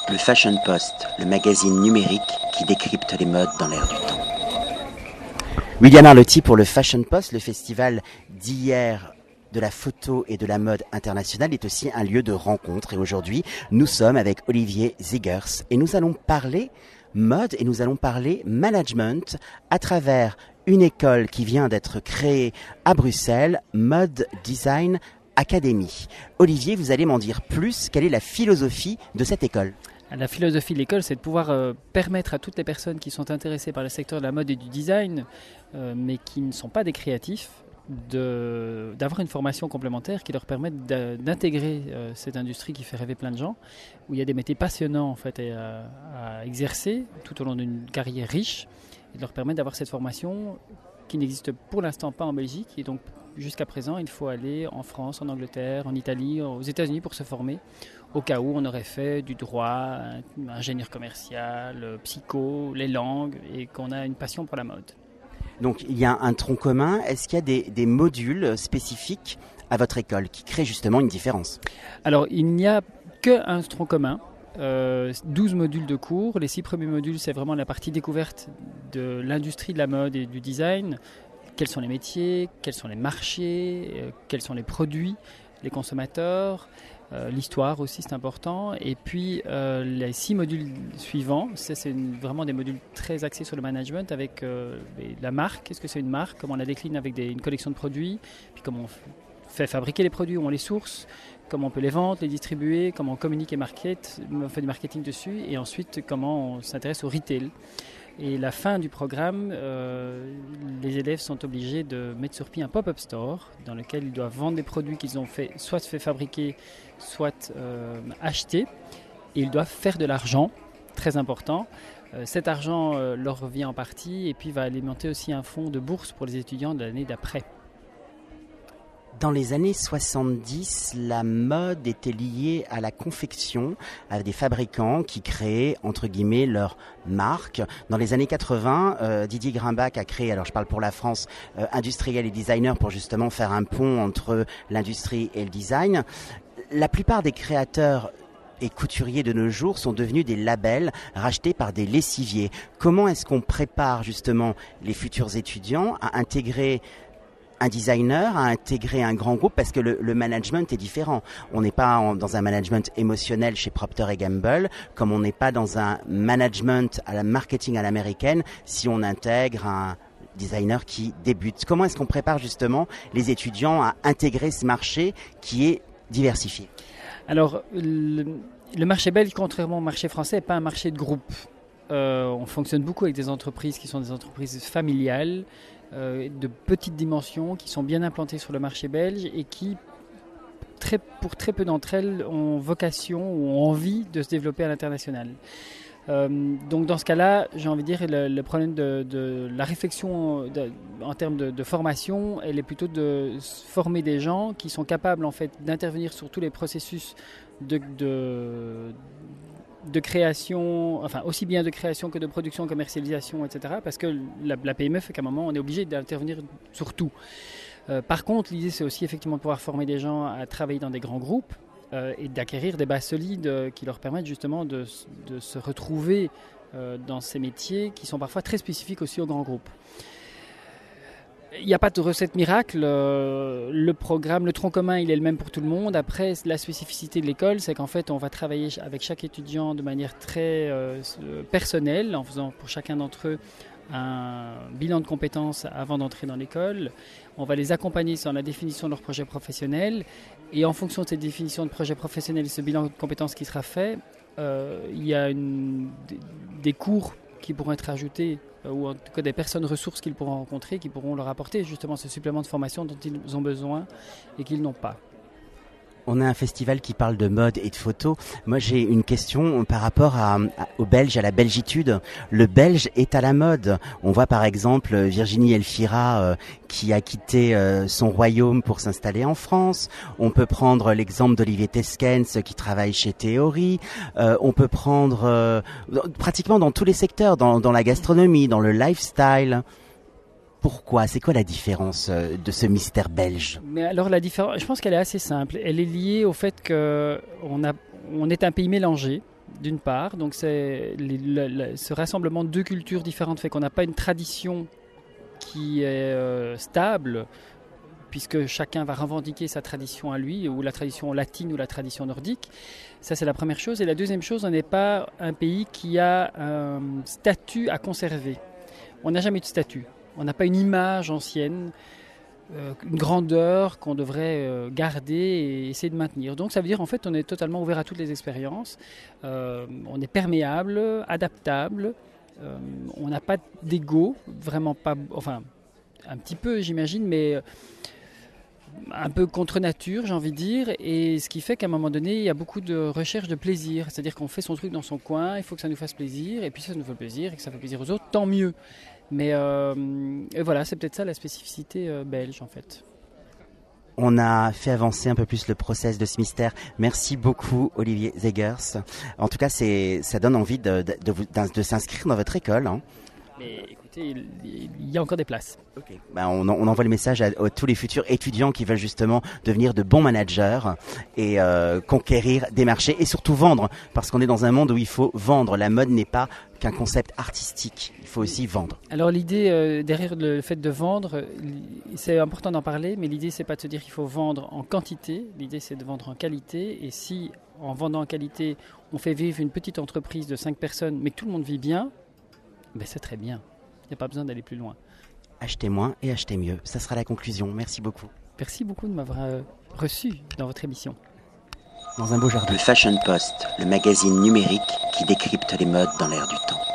Le Fashion Post, le magazine numérique qui décrypte les modes dans l'air du temps. William Arlotti pour le Fashion Post, le festival d'hier de la photo et de la mode internationale est aussi un lieu de rencontre. Et aujourd'hui, nous sommes avec Olivier Ziegers et nous allons parler mode et nous allons parler management à travers une école qui vient d'être créée à Bruxelles, Mode Design Academy. Olivier, vous allez m'en dire plus. Quelle est la philosophie de cette école ? La philosophie de l'école, c'est de pouvoir permettre à toutes les personnes qui sont intéressées par le secteur de la mode et du design, mais qui ne sont pas des créatifs, d'avoir une formation complémentaire qui leur permette d'intégrer cette industrie qui fait rêver plein de gens, où il y a des métiers passionnants en fait, à exercer tout au long d'une carrière riche, et de leur permettre d'avoir cette formation qui n'existe pour l'instant pas en Belgique. Et donc jusqu'à présent, il faut aller en France, en Angleterre, en Italie, aux États-Unis pour se former, au cas où on aurait fait du droit, ingénieur commercial, psycho, les langues, et qu'on a une passion pour la mode. Donc il y a un tronc commun. Est-ce qu'il y a des modules spécifiques à votre école qui créent justement une différence ? Alors il n'y a qu'un tronc commun, 12 modules de cours. Les 6 premiers modules, c'est vraiment la partie découverte de l'industrie de la mode et du design. Quels sont les métiers, quels sont les marchés, quels sont les produits, les consommateurs, l'histoire aussi c'est important. Et puis les 6 modules suivants, c'est vraiment des modules très axés sur le management avec la marque. Qu'est-ce que c'est une marque ? Comment on la décline avec une collection de produits, puis comment on fait fabriquer les produits, où on les source, comment on peut les vendre, les distribuer, comment on communique et on fait du marketing dessus, et ensuite comment on s'intéresse au retail. Et la fin du programme, les élèves sont obligés de mettre sur pied un pop-up store dans lequel ils doivent vendre des produits qu'ils ont soit fait fabriquer, soit acheter. Et ils doivent faire de l'argent, très important. Cet argent leur revient en partie et puis va alimenter aussi un fonds de bourse pour les étudiants de l'année d'après. Dans les années 70, la mode était liée à la confection, à des fabricants qui créaient, entre guillemets, leur marque. Dans les années 80, Didier Grimbach a créé, alors je parle pour la France, Industriel et Designer pour justement faire un pont entre l'industrie et le design. La plupart des créateurs et couturiers de nos jours sont devenus des labels rachetés par des lessiviers. Comment est-ce qu'on prépare justement les futurs étudiants à intégrer un designer, à intégrer un grand groupe, parce que le management est différent. On n'est pas dans un management émotionnel chez Procter & Gamble, comme on n'est pas dans un management à la marketing à l'américaine si on intègre un designer qui débute. Comment est-ce qu'on prépare justement les étudiants à intégrer ce marché qui est diversifié ? Alors, le marché belge, contrairement au marché français, n'est pas un marché de groupe. On fonctionne beaucoup avec des entreprises qui sont des entreprises familiales, de petites dimensions, qui sont bien implantées sur le marché belge et qui, pour très peu d'entre elles, ont vocation ou ont envie de se développer à l'international. Donc dans ce cas-là, j'ai envie de dire, le problème de la réflexion en termes de formation, elle est plutôt de former des gens qui sont capables en fait d'intervenir sur tous les processus de création, enfin aussi bien de création que de production, commercialisation, etc. Parce que la PME fait qu'à un moment, on est obligé d'intervenir sur tout. Par contre, l'idée, c'est aussi effectivement de pouvoir former des gens à travailler dans des grands groupes et d'acquérir des bases solides qui leur permettent justement de se retrouver dans ces métiers qui sont parfois très spécifiques aussi aux grands groupes. Il n'y a pas de recette miracle. Le programme, le tronc commun, il est le même pour tout le monde. Après, la spécificité de l'école, c'est qu'en fait, on va travailler avec chaque étudiant de manière très personnelle, en faisant pour chacun d'entre eux un bilan de compétences avant d'entrer dans l'école. On va les accompagner dans la définition de leur projet professionnel. Et en fonction de cette définition de projet professionnel et ce bilan de compétences qui sera fait, il y a des cours qui pourront être ajoutés ou en tout cas des personnes ressources qu'ils pourront rencontrer, qui pourront leur apporter justement ce supplément de formation dont ils ont besoin et qu'ils n'ont pas. On a un festival qui parle de mode et de photo. Moi, j'ai une question par rapport aux Belges, à la belgitude. Le Belge est à la mode. On voit par exemple Virginie Elfira qui a quitté son royaume pour s'installer en France. On peut prendre l'exemple d'Olivier Teskens qui travaille chez Theory. On peut prendre pratiquement dans tous les secteurs, dans la gastronomie, dans le lifestyle. Pourquoi ? C'est quoi la différence de ce mystère belge ? Mais alors la différence, je pense qu'elle est assez simple. Elle est liée au fait qu'on est un pays mélangé. d'une part. Donc ce rassemblement de deux cultures différentes fait qu'on n'a pas une tradition qui est stable, puisque chacun va revendiquer sa tradition à lui, ou la tradition latine ou la tradition nordique. Ça, c'est la première chose. Et la deuxième chose, on n'est pas un pays qui a un statut à conserver. On n'a jamais eu de statut. On n'a pas une image ancienne, une grandeur qu'on devrait garder et essayer de maintenir. Donc ça veut dire en fait on est totalement ouvert à toutes les expériences, on est perméable, adaptable, on n'a pas d'ego, vraiment pas, enfin un petit peu j'imagine, mais un peu contre nature j'ai envie de dire, et ce qui fait qu'à un moment donné il y a beaucoup de recherche de plaisir, c'est-à-dire qu'on fait son truc dans son coin, il faut que ça nous fasse plaisir, et puis si ça nous fait plaisir et que ça fait plaisir aux autres, tant mieux. Mais voilà, c'est peut-être ça la spécificité belge en fait. On a fait avancer un peu plus le process de ce mystère. Merci beaucoup Olivier Zegers. En tout cas, ça donne envie de s'inscrire dans votre école. Hein. Mais écoutez, il y a encore des places. Okay. Ben on envoie le message à tous les futurs étudiants qui veulent justement devenir de bons managers et conquérir des marchés et surtout vendre, parce qu'on est dans un monde où il faut vendre. La mode n'est pas qu'un concept artistique, il faut aussi vendre. Alors l'idée derrière le fait de vendre, c'est important d'en parler, mais l'idée c'est pas de se dire qu'il faut vendre en quantité, l'idée c'est de vendre en qualité, et si en vendant en qualité on fait vivre une petite entreprise de 5 personnes mais que tout le monde vit bien, ben c'est très bien, il n'y a pas besoin d'aller plus loin. Achetez moins et achetez mieux, ça sera la conclusion. Merci beaucoup. Merci beaucoup de m'avoir reçu dans votre émission. Dans un beau jardin. Le Fashion Post, le magazine numérique qui décrypte les modes dans l'air du temps.